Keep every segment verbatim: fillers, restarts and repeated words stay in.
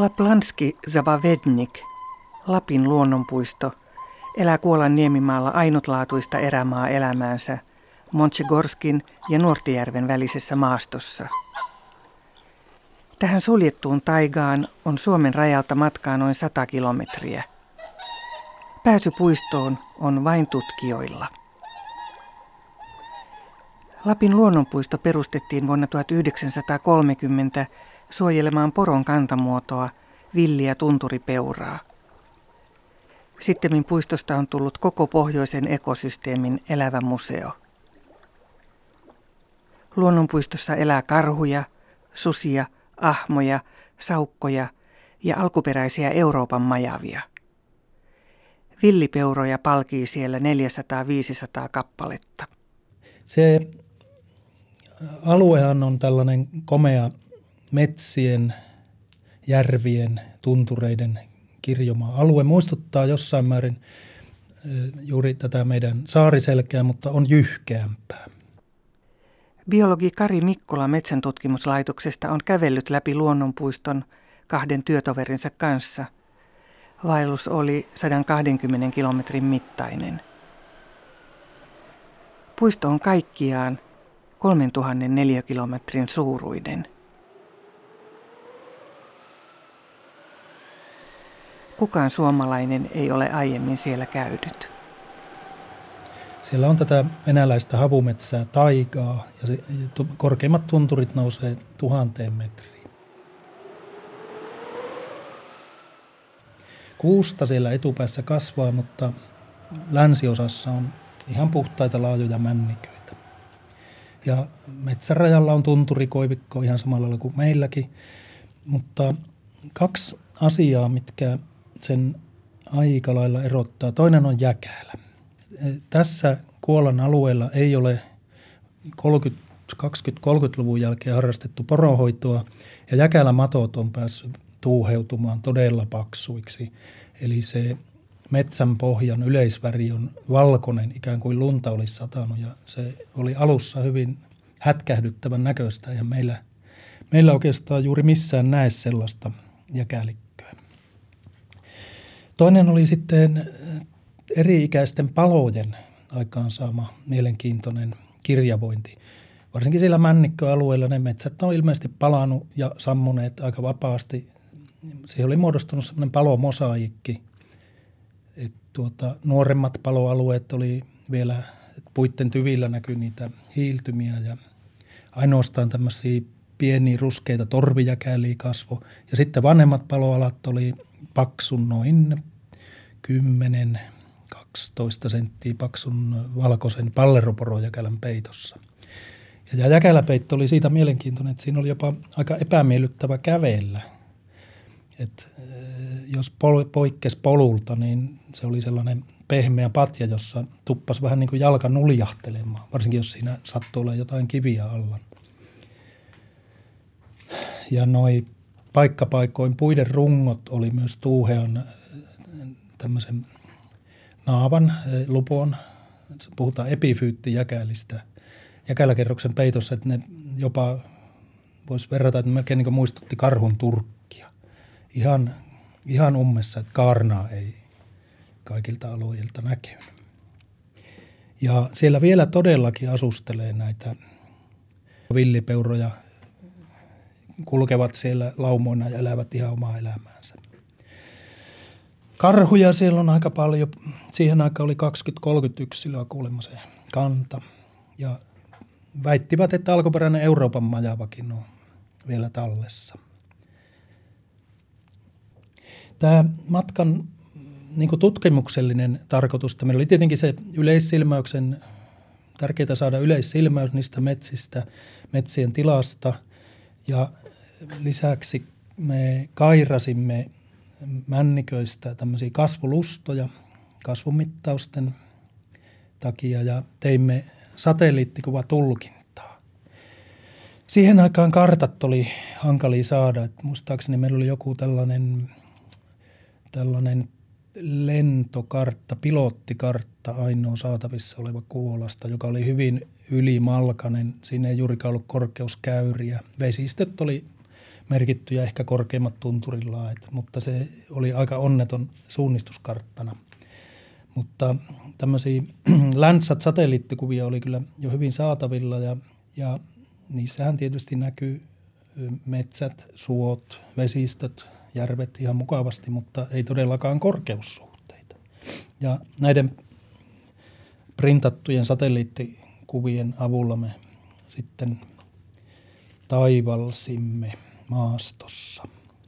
Laplanski Zabavednik, Lapin luonnonpuisto, elää Kuolan niemimaalla ainutlaatuista erämaa elämäänsä Monchegorskin ja Nuortijärven välisessä maastossa. Tähän suljettuun taigaan on Suomen rajalta matkaa noin sata kilometriä. Pääsy puistoon on vain tutkijoilla. Lapin luonnonpuisto perustettiin vuonna tuhatyhdeksänsataakolmekymmentä suojelemaan poron kantamuotoa, villiä tunturipeuraa. Sittemmin puistosta on tullut koko pohjoisen ekosysteemin elävä museo. Luonnonpuistossa elää karhuja, susia, ahmoja, saukkoja ja alkuperäisiä Euroopan majavia. Villipeuroja palkii siellä neljäsataa viisisataa kappaletta. Se aluehan on tällainen komea metsien, järvien, tuntureiden kirjoma alue. Muistuttaa jossain määrin juuri tätä meidän saariselkää, mutta on jyhkeämpää. Biologi Kari Mikkola Metsäntutkimuslaitoksesta on kävellyt läpi luonnonpuiston kahden työtoverinsa kanssa. Vaellus oli sata kaksikymmentä kilometrin mittainen. Puisto on kaikkiaan kolmetuhatta neliökilometrin suuruinen. Kukaan suomalainen ei ole aiemmin siellä käynyt. Siellä on tätä venäläistä havumetsää, taigaa ja se, korkeimmat tunturit nousee tuhanteen metriin. Kuusta siellä etupäässä kasvaa, mutta länsiosassa on ihan puhtaita laajoja männiköitä. Ja metsärajalla on tunturikoivikko ihan samalla lailla kuin meilläkin, mutta kaksi asiaa, mitkä sen aika lailla erottaa. Toinen on jäkälä. Tässä Kuolan alueella ei ole kaksikymmentä-kolmekymmentäluvun jälkeen harrastettu poronhoitoa ja jäkälämatot on päässyt tuuheutumaan todella paksuiksi. Eli se metsän pohjan yleisväri on valkoinen, ikään kuin lunta olisi satanut ja se oli alussa hyvin hätkähdyttävän näköistä ja meillä, meillä oikeastaan juuri missään näe sellaista jäkälikköä. Toinen oli sitten eri-ikäisten palojen aikaansaama mielenkiintoinen kirjavointi. Varsinkin siellä männikköalueella ne metsät on ilmeisesti palannut ja sammuneet aika vapaasti. Siihen oli muodostunut sellainen palomosaikki. Et tuota, nuoremmat paloalueet oli vielä, puitten tyvillä näkyi niitä hiiltymiä ja ainoastaan tämmöisiä pieniä ruskeita torvijäkäliä kasvo. Ja sitten vanhemmat paloalat oli paksun noin kymmenen kaksitoista senttiä paksun valkoisen palleroporojäkälän peitossa. Ja jäkäläpeitto oli siitä mielenkiintoinen, että siinä oli jopa aika epämiellyttävä kävellä. Et jos poikkesi polulta, niin se oli sellainen pehmeä patja, jossa tuppasi vähän niin kuin jalka nuljahtelemaan, varsinkin jos siinä sattui olla jotain kiviä alla. Ja noi paikkapaikoin puiden rungot oli myös tuuhean tämmöisen naavan, lupon, puhutaan epifyyttijäkälistä, jäkäläkerroksen peitossa, että ne jopa voisi verrata, että melkein niin kuin muistutti karhun turkkia. Ihan, ihan ummessa, että kaarnaa ei kaikilta alueilta näkynyt. Ja siellä vielä todellakin asustelee näitä villipeuroja, kulkevat siellä laumoina ja elävät ihan omaa elämäänsä. Karhuja siellä on aika paljon. Siihen aikaan oli kaksikymmentä kolmekymmentä yksilöä kuulemma se kanta. Ja väittivät, että alkuperäinen Euroopan majavakin on vielä tallessa. Tämä matkan niin kuin tutkimuksellinen tarkoitus, meillä oli tietenkin se yleissilmäyksen, tärkeää saada yleissilmäys niistä metsistä, metsien tilasta. Ja lisäksi me kairasimme männiköistä tämmöisiä kasvulustoja kasvumittausten takia ja teimme satelliittikuvatulkintaa. Siihen aikaan kartat oli hankalia saada. Et muistaakseni meillä oli joku tällainen, tällainen lentokartta, pilottikartta ainoa saatavissa oleva Kuolasta, joka oli hyvin ylimalkainen. Siinä ei juurikaan ollut korkeuskäyriä. Vesistöt oli merkittyjä ehkä korkeimmat tunturillaan, et, mutta se oli aika onneton suunnistuskarttana. Mutta tämmöisiä Landsat-satelliittikuvia oli kyllä jo hyvin saatavilla ja, ja niissähän tietysti näkyy metsät, suot, vesistöt, järvet ihan mukavasti, mutta ei todellakaan korkeussuhteita. Ja näiden printattujen satelliittikuvien avulla me sitten taivalsimme maastossa.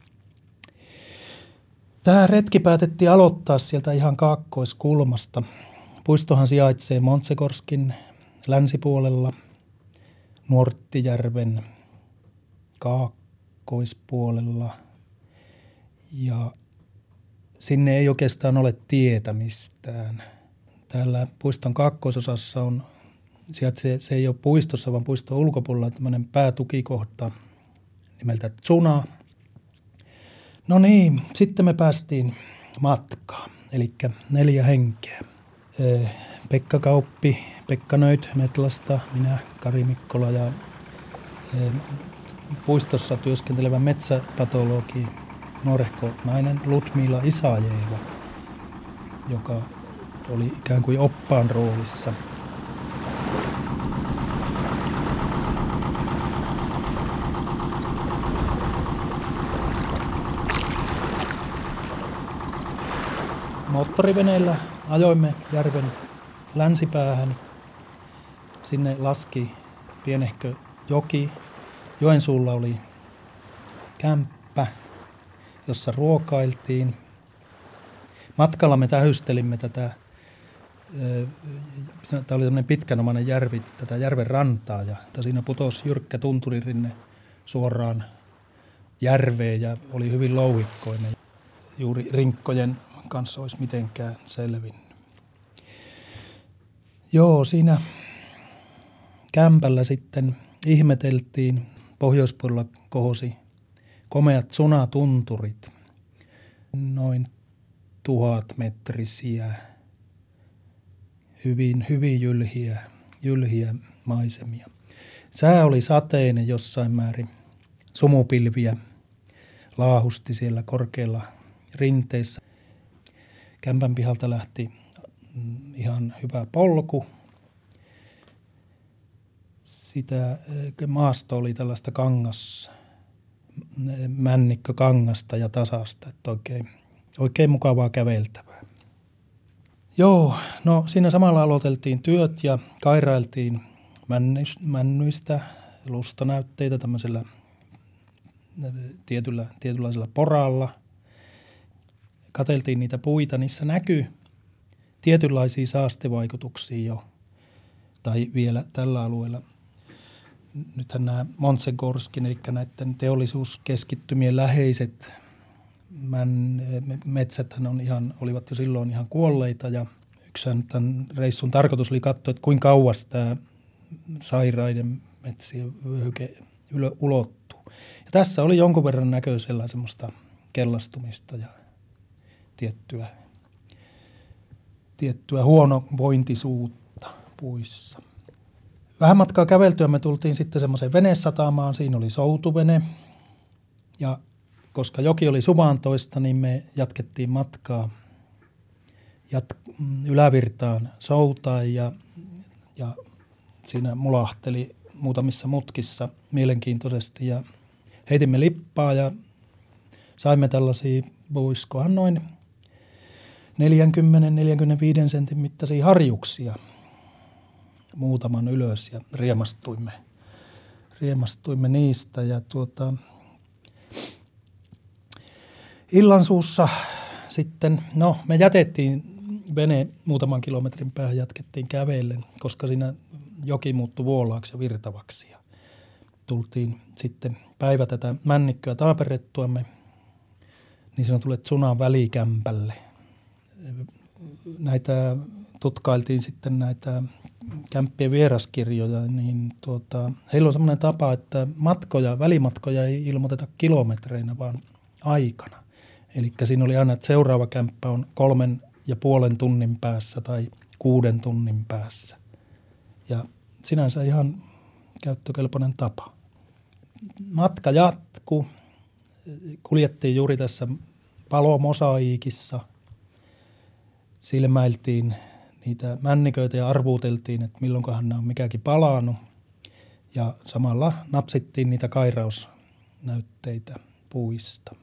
Tämä retki päätettiin aloittaa sieltä ihan kaakkoiskulmasta. Puistohan sijaitsee Montsegorskin länsipuolella, Nuorttijärven kaakkoispuolella ja sinne ei oikeastaan ole tietä mistään. Täällä puiston kaakkoisosassa on, sijaitsee, se ei ole puistossa, vaan puiston ulkopuolella tämmöinen päätukikohta nimeltä Tsuna. No niin, sitten me päästiin matkaan, eli neljä henkeä. Pekka Kauppi, Pekka Nöyd Metlasta, minä Kari Mikkola ja puistossa työskentelevä metsäpatologi, nuorehko nainen Ludmila Isajeva, joka oli ikään kuin oppaan roolissa. Moottoriveneellä ajoimme järven länsipäähän. Sinne laski pienehkö joki. Joen suulla oli kämppä, jossa ruokailtiin. Matkalla me tähystelimme tätä, tämä oli tämmöinen pitkänomainen järvi, tätä järven rantaa ja siinä putosi jyrkkä tunturirinne suoraan järveen ja oli hyvin louhikkoinen. Juuri rinkkojen kanssa olisi mitenkään selvinnyt. Joo, siinä kämpällä sitten ihmeteltiin. Pohjoispuolella kohosi komeat Tsuna-tunturit, noin tuhatmetrisiä, hyvin, hyvin jylhiä, jylhiä maisemia. Sää oli sateinen jossain määrin, sumupilviä laahusti siellä korkeilla rinteissä. Kämpän pihalta lähti ihan hyvä polku. Sitä maasto oli tällaista kangas, männikkökangasta ja tasasta, että oikein, oikein mukavaa käveltävää. Joo, no siinä samalla aloiteltiin työt ja kairailtiin männyistä lustanäytteitä tämmöisellä tietyllä, tietynlaisella poralla. Katseltiin niitä puita, niissä näkyi tietynlaisia saastevaikutuksia jo, tai vielä tällä alueella. Nythän nämä Montsegorskin, eli näiden teollisuuskeskittymien läheiset metsäthän on ihan, olivat jo silloin ihan kuolleita, ja yksi tämän reissun tarkoitus oli katsoa, että kuinka kauas tämä sairaiden metsien vyöhyke ulottuu. Ja tässä oli jonkun verran näköisellä semmoista kellastumista ja tiettyä, tiettyä huonovointisuutta puissa. Vähän matkaa käveltyä me tultiin sitten semmoiseen venesatamaan. Siinä oli soutuvene ja koska joki oli suvantoista, niin me jatkettiin matkaa jat- ylävirtaan soutaan ja, ja siinä mulahteli muutamissa mutkissa mielenkiintoisesti ja heitimme lippaa ja saimme tällaisia, voisikohan noin neljäkymmentä neljäkymmentäviisi sentin mittaisia harjuksia muutaman ylös ja riemastuimme, riemastuimme niistä. Ja tuota, illansuussa sitten, no me jätettiin vene muutaman kilometrin päähän, jatkettiin kävellen, koska siinä joki muuttui vuolaaksi ja virtavaksi. Ja tultiin sitten päivä tätä männikköä taaperettuamme niin sanotulle Tsunan välikämpälle. Näitä tutkailtiin sitten näitä kämppien vieraskirjoja, niin tuota, heillä on semmoinen tapa, että matkoja, välimatkoja ei ilmoiteta kilometreinä, vaan aikana. Eli siinä oli aina, että seuraava kämppä on kolmen ja puolen tunnin päässä tai kuuden tunnin päässä. Ja sinänsä ihan käyttökelpoinen tapa. Matka jatkuu kuljettiin juuri tässä palomosaiikissa. Silmäiltiin niitä männiköitä ja arvuuteltiin, että milloinkohan ne on mikäkin palannut. Ja samalla napsittiin niitä kairausnäytteitä puista.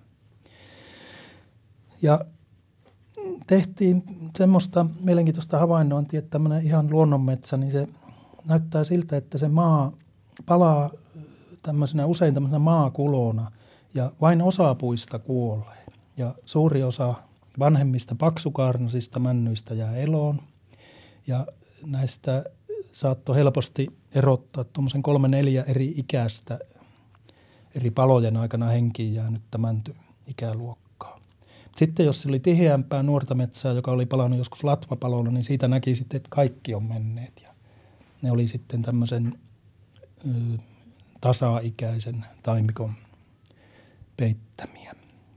Ja tehtiin semmoista mielenkiintoista havainnointia, että tämmöinen ihan luonnonmetsä, niin se näyttää siltä, että se maa palaa tämmöisenä, usein tämmöisenä maakulona ja vain osa puista kuolee. Ja suuri osa vanhemmista paksukaarnaisista männyistä jää eloon ja näistä saattoi helposti erottaa tuommoisen kolme neljä eri ikäistä eri palojen aikana henkiin jäänyttä mäntyikäluokkaa. Sitten jos se oli tiheämpää nuorta metsää, joka oli palannut joskus latvapalolla, niin siitä näki sitten, että kaikki on menneet. Ja ne oli sitten tämmöisen ö, tasa-ikäisen taimikon peittämiä.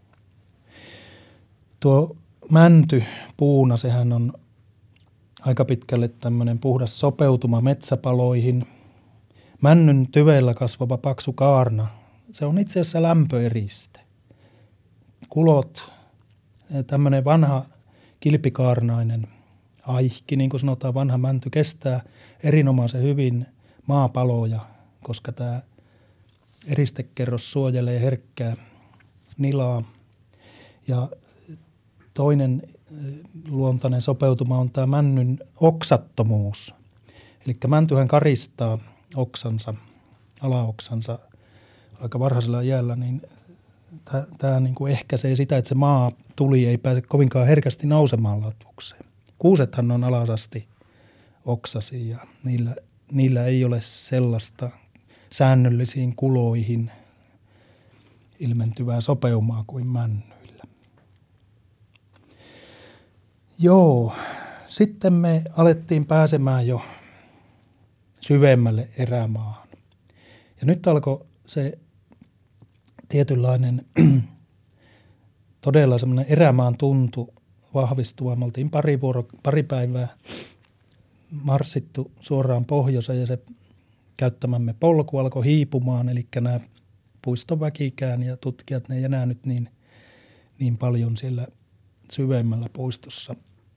Tuo mänty puuna, sehän on aika pitkälle tämmöinen puhdas sopeutuma metsäpaloihin. Männyn tyveillä kasvava paksu kaarna, se on itse asiassa lämpöeriste. Kulot, tämmöinen vanha kilpikaarnainen aihki, niin kuin sanotaan, vanha mänty, kestää erinomaisen hyvin maapaloja, koska tämä eristekerros suojelee herkkää nilaa. Ja toinen luontainen sopeutuma on tämä männyn oksattomuus. Eli mäntyhän karistaa oksansa, alaoksansa aika varhaisella iällä, niin tämä niinku ehkäisee sitä, että se maa tuli ei pääse kovinkaan herkästi nousemaan latvukseen. Kuusethan on alasasti oksasi ja niillä, niillä ei ole sellaista säännöllisiin kuloihin ilmentyvää sopeumaa kuin männyillä. Joo, sitten me alettiin pääsemään jo syvemmälle erämaahan. Ja nyt alkoi se tietynlainen todella semmoinen erämaan tuntu vahvistua. Me oltiin pari, vuoro, pari päivää marssittu suoraan pohjoiseen ja se käyttämämme polku alkoi hiipumaan. Eli nämä puiston väkikään ja tutkijat, ne ei enää nyt niin, niin paljon siellä syvemmällä puistossa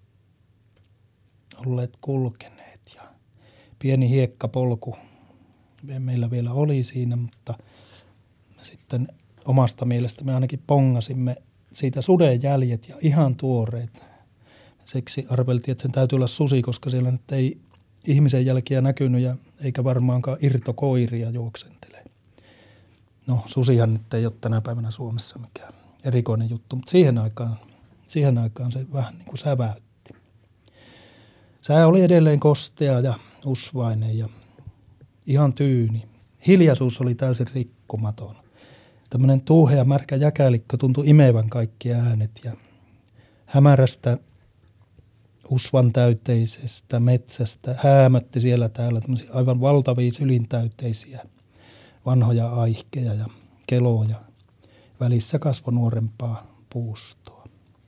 olleet kulkeneet. Ja pieni hiekkapolku meillä vielä oli siinä, mutta sitten omasta mielestä me ainakin pongasimme siitä suden jäljet ja ihan tuoreet. Siksi arveltiin, että sen täytyy olla susi, koska siellä nyt ei ihmisen jälkiä näkynyt ja eikä varmaankaan irtokoiria juoksentele. No susihan nyt ei ole tänä päivänä Suomessa mikään erikoinen juttu, mutta siihen aikaan, siihen aikaan se vähän niin kuin säväytti. Sää oli edelleen kostea ja usvainen ja ihan tyyni. Hiljaisuus oli täysin rikkomaton. Tämmöinen tuuhea märkä jäkälikkö tuntui imevän kaikki äänet ja hämärästä usvan täyteisestä metsästä häämötti siellä täällä tämmöisiä aivan valtavia sylintäyteisiä vanhoja aihkeja ja keloja. Välissä kasvoi nuorempaa puustoa.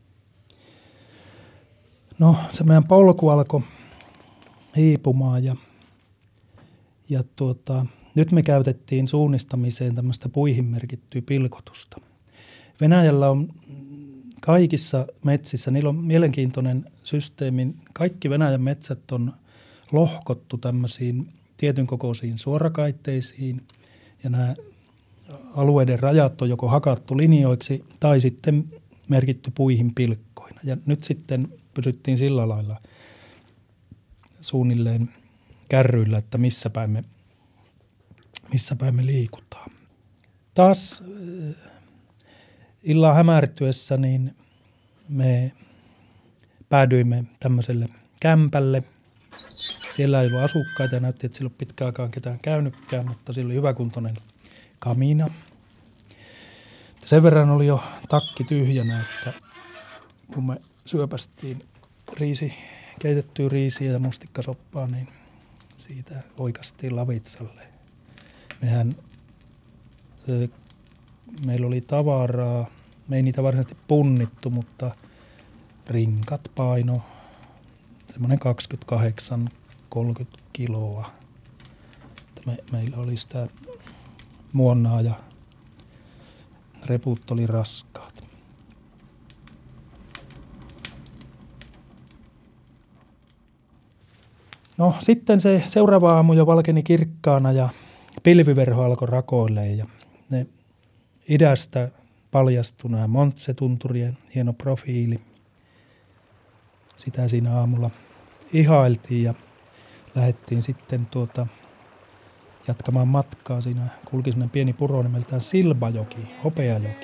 No se meidän polku alkoi hiipumaan ja, ja tuota, nyt me käytettiin suunnistamiseen tämmöistä puihin merkittyä pilkotusta. Venäjällä on kaikissa metsissä, niillä on mielenkiintoinen systeemi. Kaikki Venäjän metsät on lohkottu tämmöisiin tietyn kokoisiin suorakaitteisiin ja nämä alueiden rajat on joko hakattu linjoiksi tai sitten merkitty puihin pilkkoina. Ja nyt sitten pysyttiin sillä lailla suunnilleen kärryillä, että missä päin me, missä päin me liikutaan. Taas illan hämärtyessä niin me päädyimme tämmöiselle kämpälle. Siellä ei ollut asukkaita ja näytti, että sillä ei ole pitkään aikaan ketään käynytkään, mutta sillä oli hyväkuntoinen kamina. Sen verran oli jo takki tyhjänä, että kun me syöpästiin riisi, keitettyä riisiä ja mustikkasoppaa, niin siitä oikastiin lavitsalle. Mehän, meillä oli tavaraa, me ei niitä varsinaisesti punnittu, mutta rinkat paino semmoinen kaksikymmentäkahdeksan kolmekymmentä kiloa. Me, meillä oli sitä muonnaa ja reput oli raskaat. No sitten se seuraava aamu jo valkeni kirkkaana ja pilviverho alkoi rakoilemaan ja ne idästä paljastui nämä Montse-tunturien hieno profiili. Sitä siinä aamulla ihailtiin ja lähdettiin sitten tuota jatkamaan matkaa. Siinä kulki sellainen pieni puro nimeltään Silbajoki, Hopeajoki.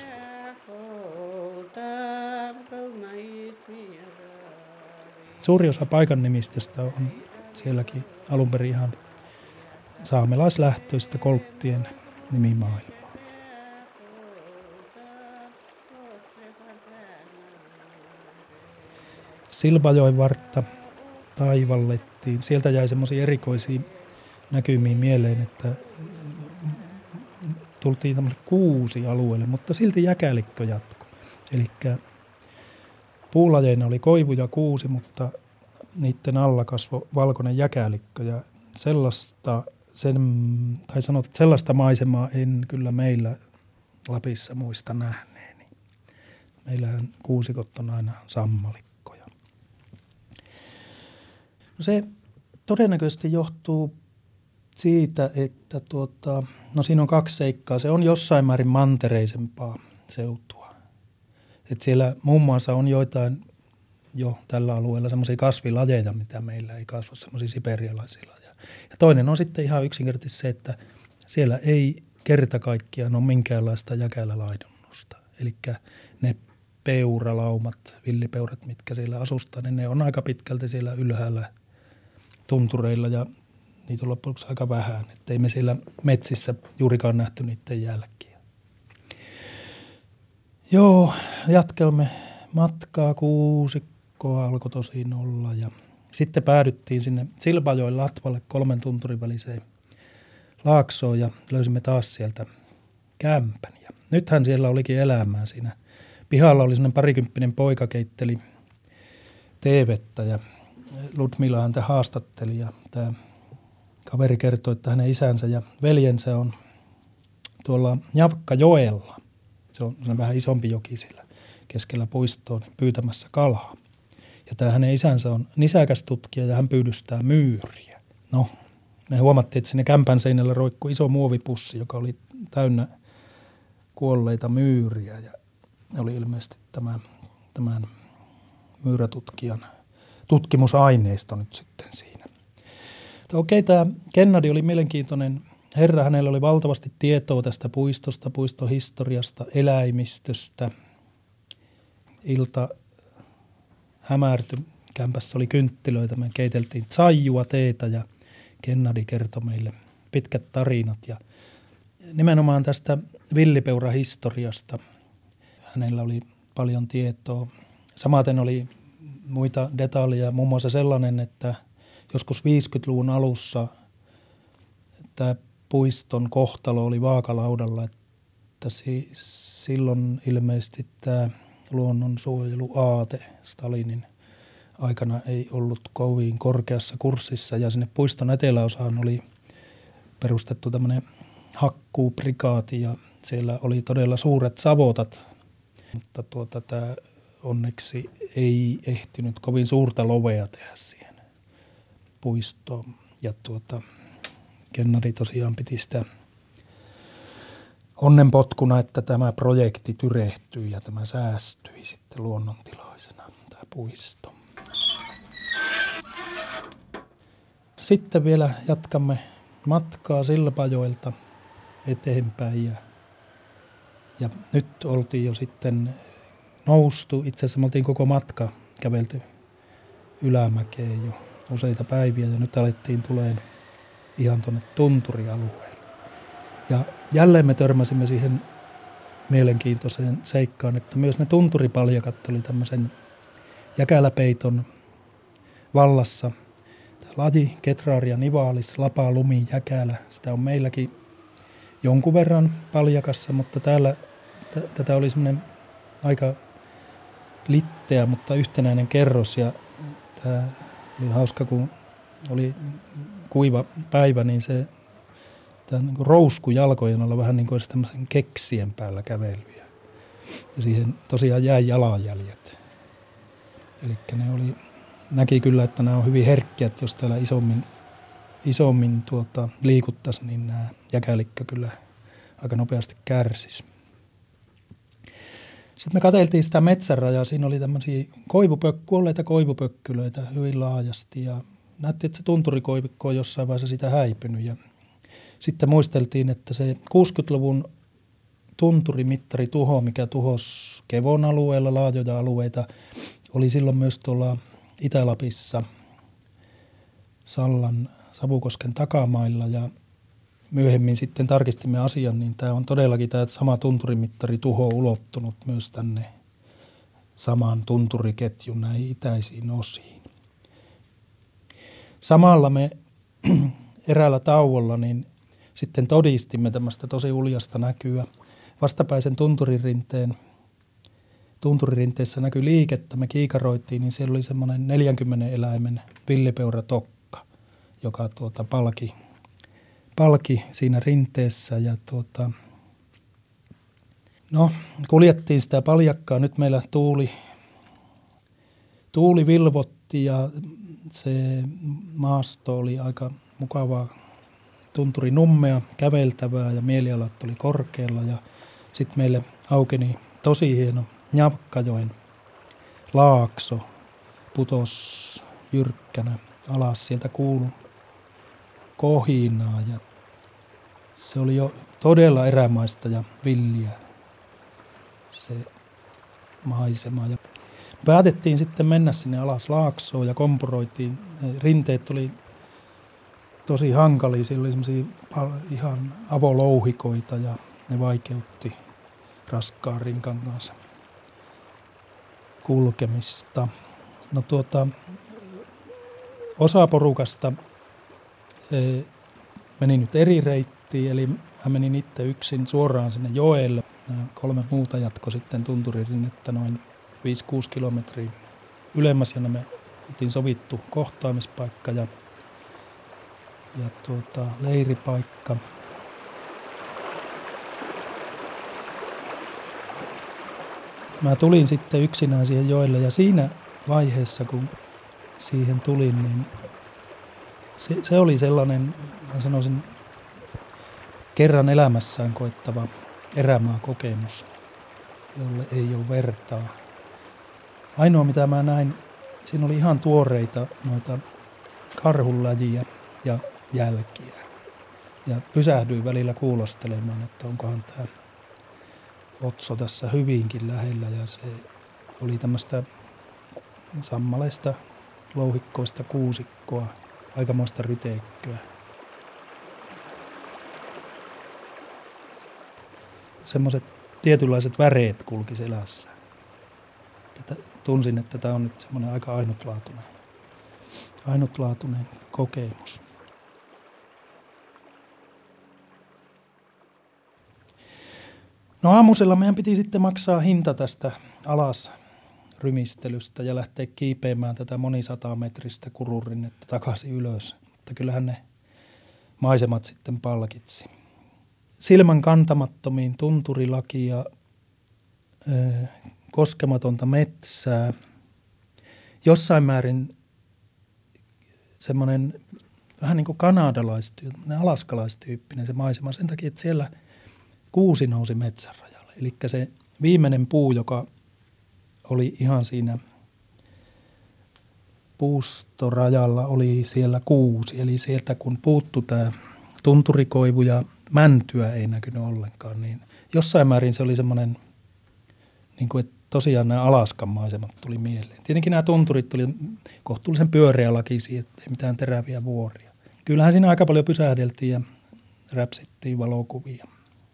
Suuri osa paikan nimistöstä on sielläkin alun perin ihan saamelaislähtöistä kolttien nimimaailmaa. Silbajoen vartta taivallettiin. Sieltä jäi semmoisia erikoisia näkymiä mieleen, että tultiin tämmöinen kuusi alueelle, mutta silti jäkälikkö jatkoi. Eli puulajeina oli koivu ja kuusi, mutta niiden alla kasvoi valkoinen jäkälikkö ja sellaista, sen, tai sanot, että sellaista maisemaa en kyllä meillä Lapissa muista nähneeni. Meillähän kuusikot on aina sammalikkoja. No se todennäköisesti johtuu siitä, että tuota, no siinä on kaksi seikkaa. Se on jossain määrin mantereisempaa seutua. Et siellä muun muassa on joitain jo tällä alueella semmoisia kasvilajeja, mitä meillä ei kasva, semmoisia siperialaisia lajeja. Ja toinen on sitten ihan yksinkertaisesti se, että siellä ei kerta kaikkiaan ole minkäänlaista jäkälälaidunnusta. Eli ne peuralaumat, villipeurat, mitkä siellä asustaa, niin ne on aika pitkälti siellä ylhäällä tuntureilla ja niitä on loppujen aika vähän. Että ei me siellä metsissä juurikaan nähty niiden jälkiä. Joo, jatkamme matkaa. Kuusikkoa alkoi tosin olla ja sitten päädyttiin sinne Silbajoen latvalle kolmen tunturin väliseen laaksoon ja löysimme taas sieltä kämpän. Ja nythän siellä olikin elämää siinä. Pihalla oli sellainen parikymppinen poika keitteli teevettä ja Ludmila häntä haastatteli ja tämä kaveri kertoi, että hänen isänsä ja veljensä on tuolla Javkkajoella. Se on vähän isompi joki sillä keskellä puistoa niin pyytämässä kalaa. Ja tämä hänen isänsä on nisäkäs tutkija ja hän pyydystää myyriä. No, me huomattiin, että sinne kämpän seinällä roikkui iso muovipussi, joka oli täynnä kuolleita myyriä. Ja oli ilmeisesti tämän, tämän myyrätutkijan tutkimusaineisto nyt sitten siinä. Okei, tämä Kennedy oli mielenkiintoinen herra. Hänellä oli valtavasti tietoa tästä puistosta, puistohistoriasta, eläimistöstä. Ilta hämärtyi. Kämpässä oli kynttilöitä. Me keiteltiin tsaijua, teetä ja Kennedy kertoi meille pitkät tarinat. Ja nimenomaan tästä villipeurahistoriasta hänellä oli paljon tietoa. Samaten oli muita detaljeja, muun muassa sellainen, että joskus viisikymmentäluvun alussa tämä puiston kohtalo oli vaakalaudalla, että si- silloin ilmeisesti tämä luonnonsuojeluaate Stalinin aikana ei ollut kovin korkeassa kurssissa ja sinne puiston eteläosaan oli perustettu tämmöinen hakkuuprikaati ja siellä oli todella suuret savotat, mutta tuota, tämä onneksi ei ehtinyt kovin suurta lovea tehdä siihen puistoon. Ja tuota, Kennedy tosiaan piti sitä onnenpotkuna, että tämä projekti tyrehtyi ja tämä säästyi sitten luonnontilaisena, tämä puisto. Sitten vielä jatkamme matkaa Silbajoelta eteenpäin ja, ja nyt oltiin jo sitten noustu. Itse asiassa me oltiin koko matka kävelty ylämäkeen jo useita päiviä ja nyt alettiin tuleen ihan tuonne tunturialueelle. Ja jälleen me törmäsimme siihen mielenkiintoiseen seikkaan, että myös ne tunturipaljakat oli tämmöisen jäkäläpeiton vallassa. Tämä laji, Ketraria nivalis, lapa, lumi, jäkälä, sitä on meilläkin jonkun verran paljakassa, mutta täällä t- tätä oli semmoinen aika litteä, mutta yhtenäinen kerros ja tämä oli hauska, kun oli kuiva päivä, niin se tämä niin kuin rousku jalkojen alla vähän niin kuin olisi tämmöisen keksien päällä kävelyjä. ja siihen tosiaan jäi jalanjäljet. Eli ne oli, näki kyllä, että nämä on hyvin herkkiä, että jos täällä isommin, isommin tuota, liikuttaisiin, niin nämä jäkälikkö kyllä aika nopeasti kärsisi. Sitten me katseltiin sitä metsänrajaa. Siinä oli tämmöisiä koivupök- kuolleita koivupökkylöitä hyvin laajasti ja näytti, että se tunturikoivikko on jossain vaiheessa sitä häipynyt. Ja sitten muisteltiin, että se kuusikymmentäluvun tunturimittari-tuho, mikä tuhosi Kevon alueella laajoja alueita, oli silloin myös tuolla Itä-Lapissa Sallan Savukosken takamailla ja myöhemmin sitten tarkistimme asian, niin tämä on todellakin tämä sama tunturimittari-tuho ulottunut myös tänne samaan tunturiketjun näihin itäisiin osiin. Samalla me eräällä tauolla niin sitten todistimme tämmöistä tosi uljasta näkyä. Vastapäisen tunturirinteen, tunturirinteessä näkyi liikettä, me kiikaroitiin, niin siellä oli semmoinen neljänkymmenen eläimen villipeuratokka, joka tuota palki, palki siinä rinteessä. Ja tuota, no, kuljettiin sitä paljakkaa. Nyt meillä tuuli, tuuli vilvotti ja se maasto oli aika mukavaa, tunturi nummea, käveltävää ja mielialat oli korkealla. Ja sitten meille aukeni tosi hieno Njavkkajoen laakso, putos jyrkkänä alas, sieltä kuului kohinaa ja se oli jo todella erämaista ja villiä se maisema. Ja päätettiin sitten mennä sinne alas laaksoon ja kompuroitiin. Rinteet oli tosi hankalia, siellä oli semmoisia ihan avolouhikoita ja ne vaikeutti raskaan rinkan kanssa kulkemista. No tuota, osa porukasta e, meni nyt eri reittiin, eli mä menin itse yksin suoraan sinne joelle. Nämä kolme muuta jatko sitten tunturirinnettä noin viisi kuusi kilometriä ylemmäs, ja me oltiin sovittu kohtaamispaikka ja, ja tuota, leiripaikka. Mä tulin sitten yksinään siihen joelle ja siinä vaiheessa, kun siihen tulin, niin se, se oli sellainen, mä sanoisin, kerran elämässään koettava erämaakokemus, jolle ei ole vertaa. Ainoa mitä mä näin, siinä oli ihan tuoreita noita karhunläjiä ja jälkiä. Ja pysähdyin välillä kuulostelemaan, että onkohan tämä otso tässä hyvinkin lähellä, ja se oli tämmöistä sammaleista louhikkoista kuusikkoa, aikamoista ryteikköä. Semmoiset tietynlaiset väreet kulki selässä. Tätä, tunsin, että tämä on nyt semmoinen aika ainutlaatuinen, ainutlaatuinen kokemus. No aamusella meidän piti sitten maksaa hinta tästä alas rymistelystä ja lähteä kiipeämään tätä monisatametristä kururinnetta takaisin ylös. Mutta kyllähän ne maisemat sitten palkitsi. Silmän kantamattomiin tunturilakia, ö, koskematonta metsää, jossain määrin semmoinen vähän niin kuin kanadalaistyyppinen, alaskalaistyyppinen se maisema sen takia, että siellä kuusi nousi metsän rajalle. Eli se viimeinen puu, joka oli ihan siinä puustorajalla, oli siellä kuusi. Eli sieltä kun puuttui tämä tunturikoivu ja mäntyä ei näkynyt ollenkaan, niin jossain määrin se oli semmoinen, niin kuin, että tosiaan nämä Alaskan maisemat tuli mieleen. Tietenkin nämä tunturit tuli kohtuullisen pyöreälakisia, ettei mitään teräviä vuoria. Kyllähän siinä aika paljon pysähdeltiin ja räpsittiin valokuvia.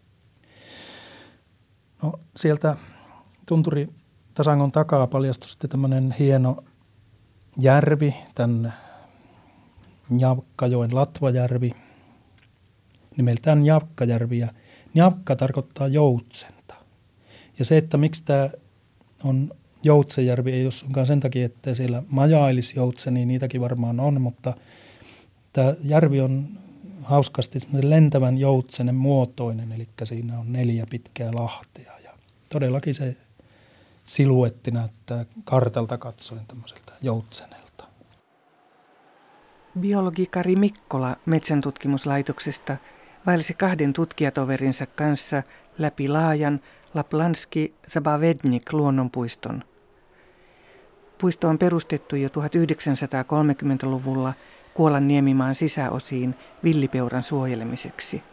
No, sieltä tunturitasangon takaa paljastui sitten tämmöinen hieno järvi, tämän Njavkkajoen Latvajärvi, nimeltään Njavkkajärvi. Ja Njavkka tarkoittaa joutsenta. Ja se, että miksi tämä on Joutsenjärvi, ei ole suinkaan sen takia, että siellä majailisi joutsenia, niitäkin varmaan on, mutta tämä järvi on hauskasti lentävän joutsenen muotoinen, eli siinä on neljä pitkää lahtea. Ja todellakin se siluetti näyttää kartalta katsoen tämmöiseltä joutsenelta. Biologi Kari Mikkola metsäntutkimuslaitoksesta vaelsi kahden tutkijatoverinsa kanssa läpi laajan Laplanski-Zabavednik luonnonpuiston. Puisto on perustettu jo tuhatyhdeksänsataakolmekymmentäluvulla Kuolan niemimaan sisäosiin villipeuran suojelemiseksi.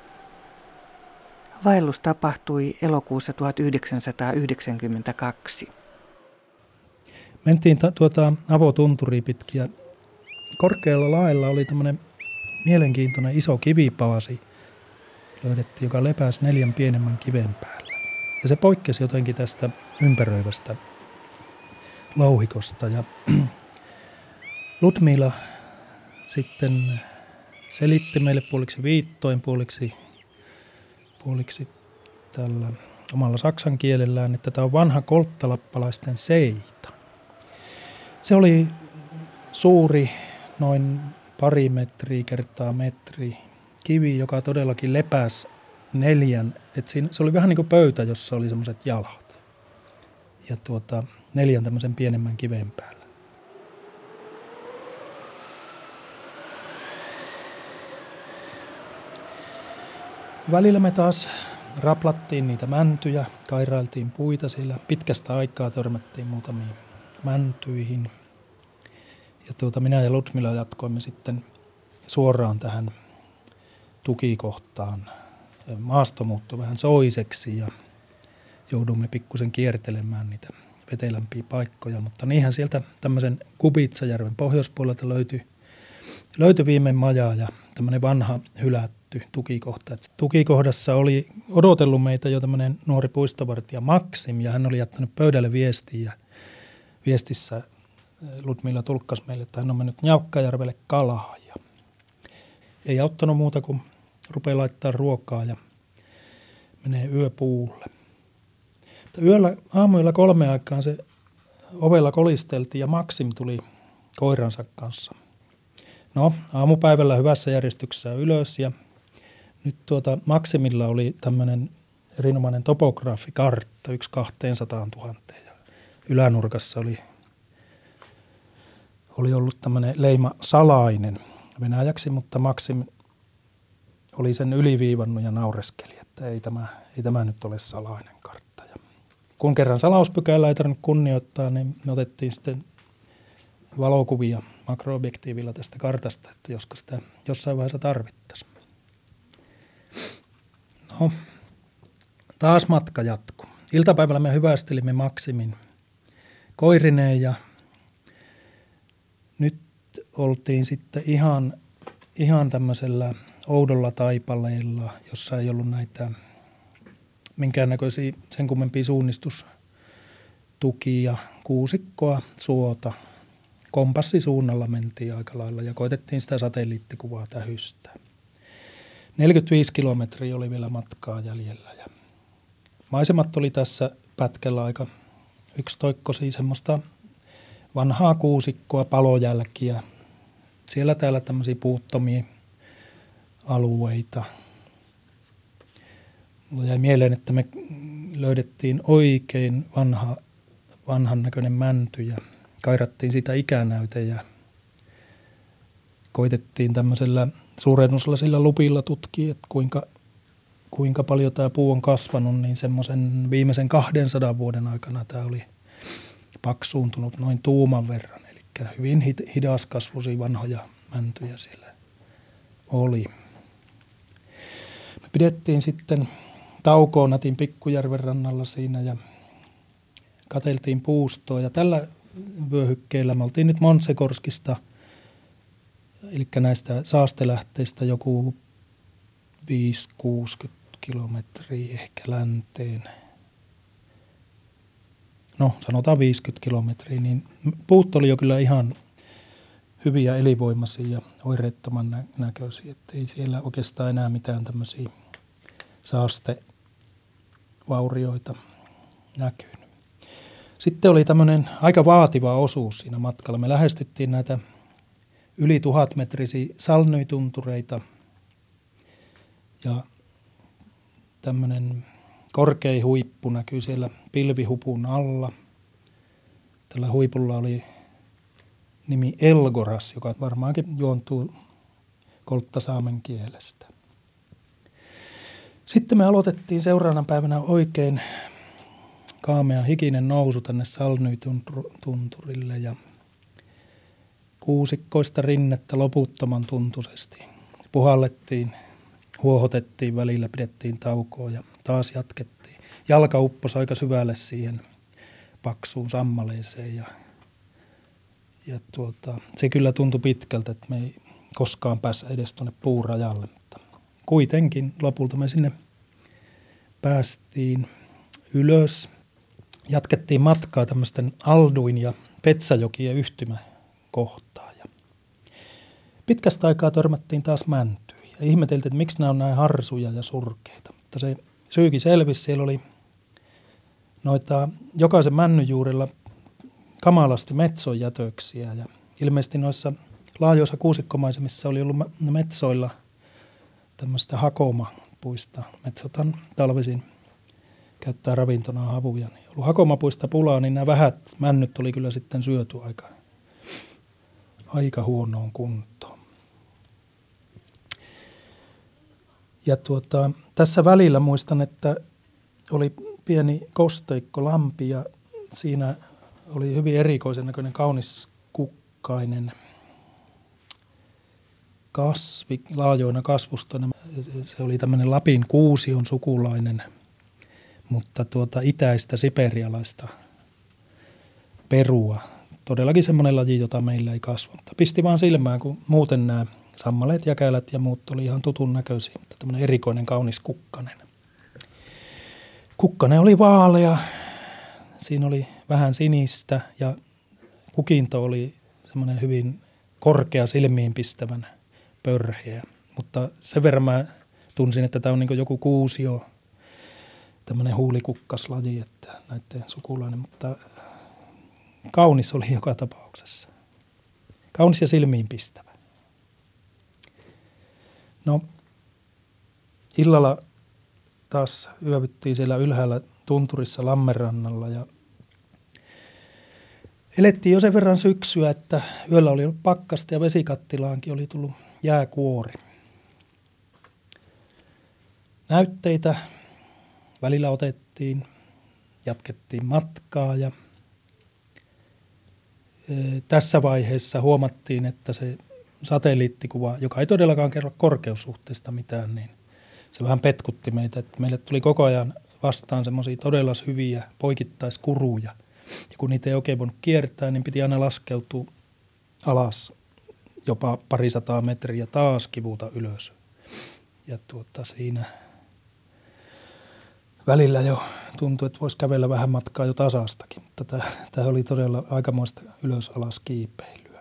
Vaellus tapahtui elokuussa tuhatyhdeksänsataayhdeksänkymmentäkaksi. Mentiin ta- tuota avotunturia pitkin. Korkealla laella oli tämmöinen mielenkiintoinen iso kivipaasi löydettiin, joka lepäsi neljän pienemmän kiven päällä. Ja se poikkesi jotenkin tästä ympäröivästä louhikosta. Ja Ludmila sitten selitti meille puoliksi viittoin, puoliksi, puoliksi tällä omalla saksan kielellään, että tämä on vanha kolttalappalaisten seita. Se oli suuri, noin pari metriä kertaa metri kivi, joka todellakin lepäsi neljän, että siinä, se oli vähän niin kuin pöytä, jossa oli semmoiset jalat. Ja tuota, neljän tämmöisen pienemmän kiven päällä. Välillä me taas raplattiin niitä mäntyjä, kairailtiin puita siellä. Pitkästä aikaa törmättiin muutamiin mäntyihin. Ja tuota, minä ja Ludmila jatkoimme sitten suoraan tähän tukikohtaan. Maasto muuttui vähän soiseksi ja joudumme pikkusen kiertelemään niitä vetelämpiä paikkoja. Mutta niinhän sieltä tämmöisen Kubitsajärven pohjoispuolelta löytyi, löytyi viime maja ja tämmöinen vanha hylätty tukikohta. Et tukikohdassa oli odotellut meitä jo tämmöinen nuori puistovartija Maksim ja hän oli jättänyt pöydälle viestiä ja viestissä Ludmila tulkkasi meille, että hän on mennyt Njaukkajärvelle kalaa ja ei auttanut muuta kuin rupeaa laittaa ruokaa ja menee yöpuulle. Yöllä, aamuyöllä kolme aikaan se ovella kolisteltiin ja Maksim tuli koiransa kanssa. No, aamupäivällä hyvässä järjestyksessä ylös ja nyt tuota Maksimilla oli tämmöinen erinomainen topograafikartta, yksi kahteensataan tuhanteen ja ylänurkassa oli Oli ollut tämmöinen leima salainen venäjäksi, mutta Maksim oli sen yliviivannut ja naureskeli, että ei tämä, ei tämä nyt ole salainen kartta. Ja kun kerran salauspykälä ei tarvinnut kunnioittaa, niin me otettiin sitten valokuvia makroobjektiivilla tästä kartasta, että joskus sitä jossain vaiheessa tarvittaisiin. No, taas matka jatkuu. Iltapäivällä me hyvästelimme Maksimin koirineen ja nyt oltiin sitten ihan, ihan tämmöisellä oudolla taipaleella, jossa ei ollut näitä minkäännäköisiä sen kummempia suunnistustukia, kuusikkoa, suota. Kompassisuunnalla mentiin aika lailla ja koitettiin sitä satelliittikuvaa tähystää. neljäkymmentäviisi kilometriä oli vielä matkaa jäljellä ja maisemat oli tässä pätkällä aika yksitoikkoisia, semmoista vanhaa kuusikkoa, palojälkiä. Siellä täällä tämmöisiä puuttomia alueita. Mulla jäi mieleen, että me löydettiin oikein vanha, vanhan näköinen mänty ja kairattiin sitä ikänäyte ja koitettiin tämmöisellä suurennuslasilla lupilla tutkia, että kuinka, kuinka paljon tämä puu on kasvanut, niin semmoisen viimeisen kahdensadan vuoden aikana tämä oli paksuuntunut noin tuuman verran, eli hyvin hidaskasvuisia vanhoja mäntyjä siellä oli. Me pidettiin sitten taukoa Natin Pikkujärven rannalla siinä ja katseltiin puustoa ja tällä vyöhykkeellä me oltiin nyt Montsekorskista, eli näistä saastelähteistä joku viisi kuusikymmentä kilometriä ehkä länteen. No, sanotaan viisikymmentä kilometriä, niin puut oli jo kyllä ihan hyviä elinvoimaisia ja oireettoman nä- näköisiä, että ei siellä oikeastaan enää mitään tämmöisiä saastevaurioita näkynyt. Sitten oli tämmöinen aika vaativa osuus siinä matkalla. Me lähestyttiin näitä yli tuhatmetrisiä salnytuntureita ja tämmöinen korkein huippu näkyy siellä pilvihupun alla. Tällä huipulla oli nimi Elgoras, joka varmaankin juontuu kolttasaamen kielestä. Sitten me aloitettiin seuraavana päivänä oikein kaamea hikinen nousu tänne Salnytunturille ja kuusikkoista rinnettä loputtoman tuntuisesti. Puhallettiin, huohotettiin välillä, pidettiin taukoa ja taas jatkettiin. Jalka upposi aika syvälle siihen paksuun sammaleeseen ja, ja tuota, se kyllä tuntui pitkältä, että me ei koskaan päässä edes tuonne puurajalle. Mutta kuitenkin lopulta me sinne päästiin ylös. Jatkettiin matkaa tämmöisten Alduin ja Petsäjokien yhtymäkohtaa. Ja pitkästä aikaa törmättiin taas mäntyihin ja ihmeteltiin, että miksi nämä on näin harsuja ja surkeita. Mutta se syykin selvisi, siellä oli noita jokaisen männyn juurella kamalasti metsonjätöksiä ja ilmeisesti noissa laajoissa kuusikkomaisemissa oli ollut metsoilla tämmöistä hakomapuista. Metsotan talvisin käyttää ravintona havuja. Niin ollut hakomapuista pulaa, niin nämä vähät männyt oli kyllä sitten syöty aika, aika huonoon kuntoon. Ja tuota, tässä välillä muistan, että oli pieni kosteikko lampi ja siinä oli hyvin erikoisen näköinen kaunis kukkainen kasvi, laajoina kasvustoina. Se oli tämmöinen Lapin kuusion sukulainen, mutta tuota itäistä siperialaista perua. Todellakin semmoinen laji, jota meillä ei kasva. Mutta pisti vaan silmään, kun muuten nämä sammaleet, jäkälät ja muut oli ihan tutun näköisiä, mutta tämmöinen erikoinen kaunis kukkanen. Kukkanen oli vaalea, siinä oli vähän sinistä ja kukinto oli semmoinen hyvin korkea silmiin pistävän pörheä. Mutta sen verran mä tunsin, että tämä on niin kuin joku kuusio, tämmöinen huulikukkaslaji, että näiden sukulainen, mutta kaunis oli joka tapauksessa. Kaunis ja silmiin pistävä. No, illalla taas yövyttiin siellä ylhäällä tunturissa Lammenrannalla ja elettiin jo sen verran syksyä, että yöllä oli ollut pakkasta ja vesikattilaankin oli tullut jääkuori. Näytteitä välillä otettiin, jatkettiin matkaa ja tässä vaiheessa huomattiin, että se satelliittikuva, joka ei todellakaan kerro korkeussuhteesta mitään, niin se vähän petkutti meitä, että meille tuli koko ajan vastaan semmoisia todella hyviä poikittaiskuruja. Ja kun niitä ei oikein voinut kiertää, niin piti aina laskeutua alas jopa parisataa metriä taas kivuta ylös. Ja tuota, siinä välillä jo tuntui, että voisi kävellä vähän matkaa jo tasaastakin, mutta tämä, tämä oli todella aikamoista ylös-alas kiipeilyä.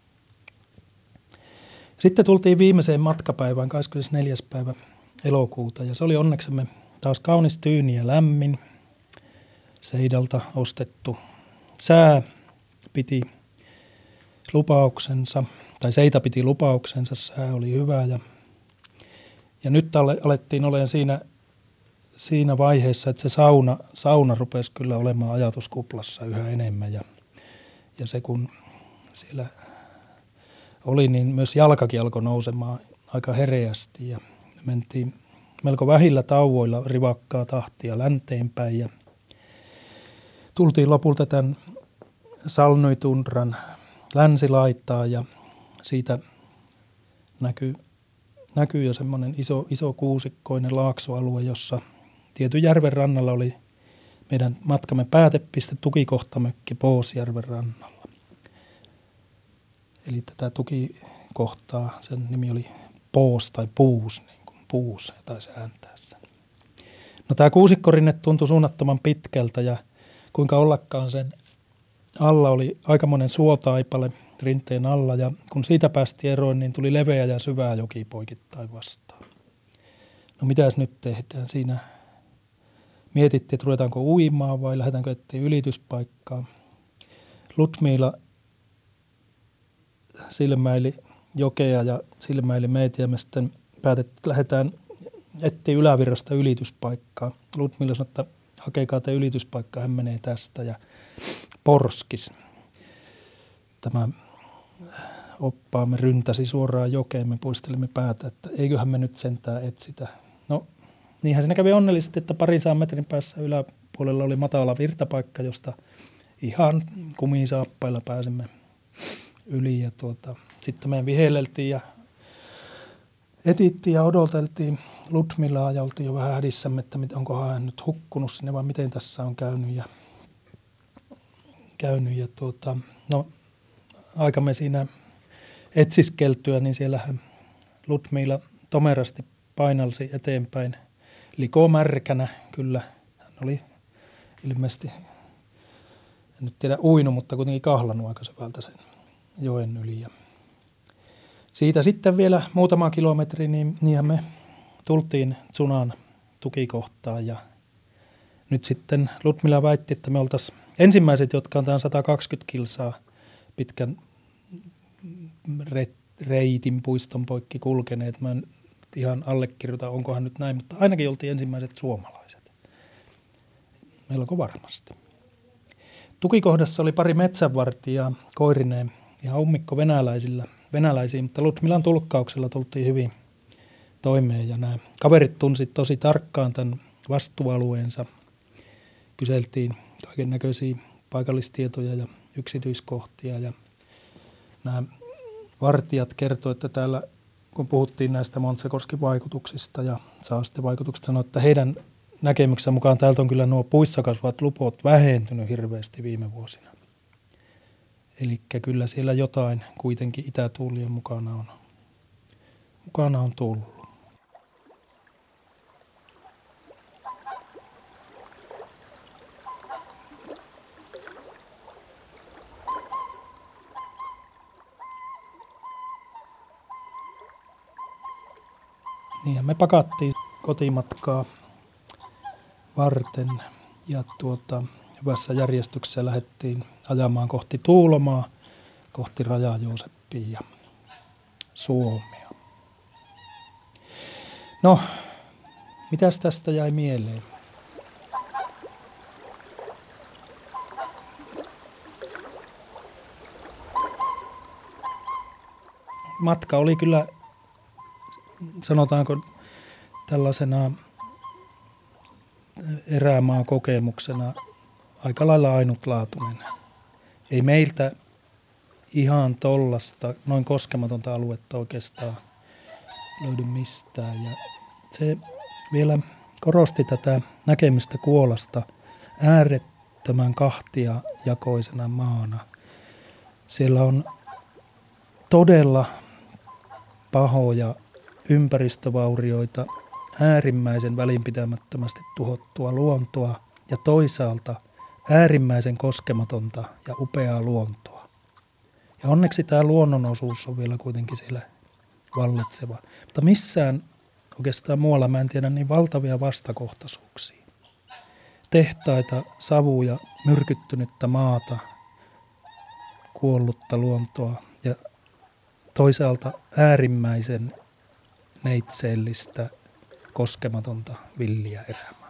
Sitten tultiin viimeiseen matkapäivään, kahdeskymmenesneljäs päivä elokuuta, ja se oli onneksemme taas kaunis, tyyni ja lämmin. Seidalta ostettu sää piti lupauksensa, tai Seita piti lupauksensa, sää oli hyvä. Ja, ja nyt alettiin olemaan siinä, siinä vaiheessa, että se sauna, sauna rupesi kyllä olemaan ajatuskuplassa yhä enemmän. Ja, ja se kun siellä oli, niin myös jalkakin alkoi nousemaan aika hereästi ja mentiin melko vähillä tauoilla rivakkaa tahtia länteenpäin ja tultiin lopulta tämän Salnytundran länsilaittaa ja siitä näkyy, näkyy jo semmoinen iso, iso kuusikkoinen laaksoalue, jossa tietyn järven rannalla oli meidän matkamme päätepiste, tukikohtamökki Poosjärven rannalla. Eli tätä tukikohtaa, sen nimi oli Poos tai Puus, niin kuin Puus taisi ääntää sen. No tämä kuusikkorinne tuntui suunnattoman pitkältä ja kuinka ollakaan sen alla oli aikamoinen suotaipale rinteen alla ja kun siitä päästiin eroon, niin tuli leveä ja syvää joki poikittain vastaan. No mitäs nyt tehdään? Siinä mietittiin, että ruvetaanko uimaan vai lähdetäänkö etsiä ylityspaikkaa. Ludmila silmäili jokea ja silmäili meitä ja me sitten päätettiin, että lähdetään etti ylävirrasta ylityspaikkaa. Ludmilla sanoi, että hakekaa te ylityspaikka, hän menee tästä ja porskis. Tämä oppaamme ryntäsi suoraan jokeen, me puistelimme päätä, että eiköhän me nyt sentään etsitä. No niinhän siinä kävi onnellisesti, että parin saan metrin päässä yläpuolella oli matala virtapaikka, josta ihan kumisaappailla pääsimme yli. Ja tuota, sitten me vihelleltiin ja etittiin ja odoteltiin Ludmilaa ja oltiin jo vähän hädissämme, että onkohan hän nyt hukkunut sinne vai miten tässä on käynyt. Ja, käynyt ja tuota, no aikamme siinä etsiskeltyä, niin siellähän Ludmila tomerasti painalsi eteenpäin likomärkänä. Kyllä hän oli ilmeisesti, en nyt tiedä uinut, mutta kuitenkin kahlannut aika syvältä sen joen yli. Ja siitä sitten vielä muutama kilometri, niin niinhän me tultiin Tsunan tukikohtaan ja nyt sitten Ludmila väitti, että me oltaisiin ensimmäiset, jotka on tämän sata kaksikymmentä kilsaa pitkän reitin puiston poikki kulkeneet. Mä en ihan allekirjoita, onkohan nyt näin, mutta ainakin oltiin ensimmäiset suomalaiset. Melko varmasti. Tukikohdassa oli pari metsänvartijaa koirineen ihan ummikko venäläisillä, venäläisiin, mutta Ludmilan tulkkauksella tultiin hyvin toimeen ja nämä kaverit tunsivat tosi tarkkaan tämän vastuualueensa. Kyseltiin kaiken näköisiä paikallistietoja ja yksityiskohtia ja nämä vartijat kertoivat, että täällä kun puhuttiin näistä Montsekorskin vaikutuksista ja saastevaikutuksista, sanoivat, että heidän näkemyksen mukaan täältä on kyllä nuo puissa kasvavat lupot vähentynyt hirveästi viime vuosina. Eli kyllä siellä jotain kuitenkin itätuulien mukana on, mukana on tullut. Niin, me pakattiin kotimatkaa varten ja tuota, hyvässä järjestyksessä lähdettiin ajamaan kohti Tuulomaa, kohti Raja-Jooseppiä ja Suomea. No, mitäs tästä jäi mieleen? Matka oli kyllä, sanotaanko tällaisena erämaakokemuksena aika lailla ainutlaatuinen. Ei meiltä ihan tollasta, noin koskematonta aluetta oikeastaan löydy mistään. Ja se vielä korosti tätä näkemystä Kuolasta äärettömän kahtiajakoisena maana. Siellä on todella pahoja ympäristövaurioita, äärimmäisen välinpitämättömästi tuhottua luontoa ja toisaalta äärimmäisen koskematonta ja upeaa luontoa. Ja onneksi tämä luonnonosuus on vielä kuitenkin siellä vallitseva. Mutta missään oikeastaan muualla mä en tiedä niin valtavia vastakohtaisuuksia. Tehtaita, savuja, myrkyttynyttä maata, kuollutta luontoa ja toisaalta äärimmäisen neitseellistä, koskematonta villiä elämää.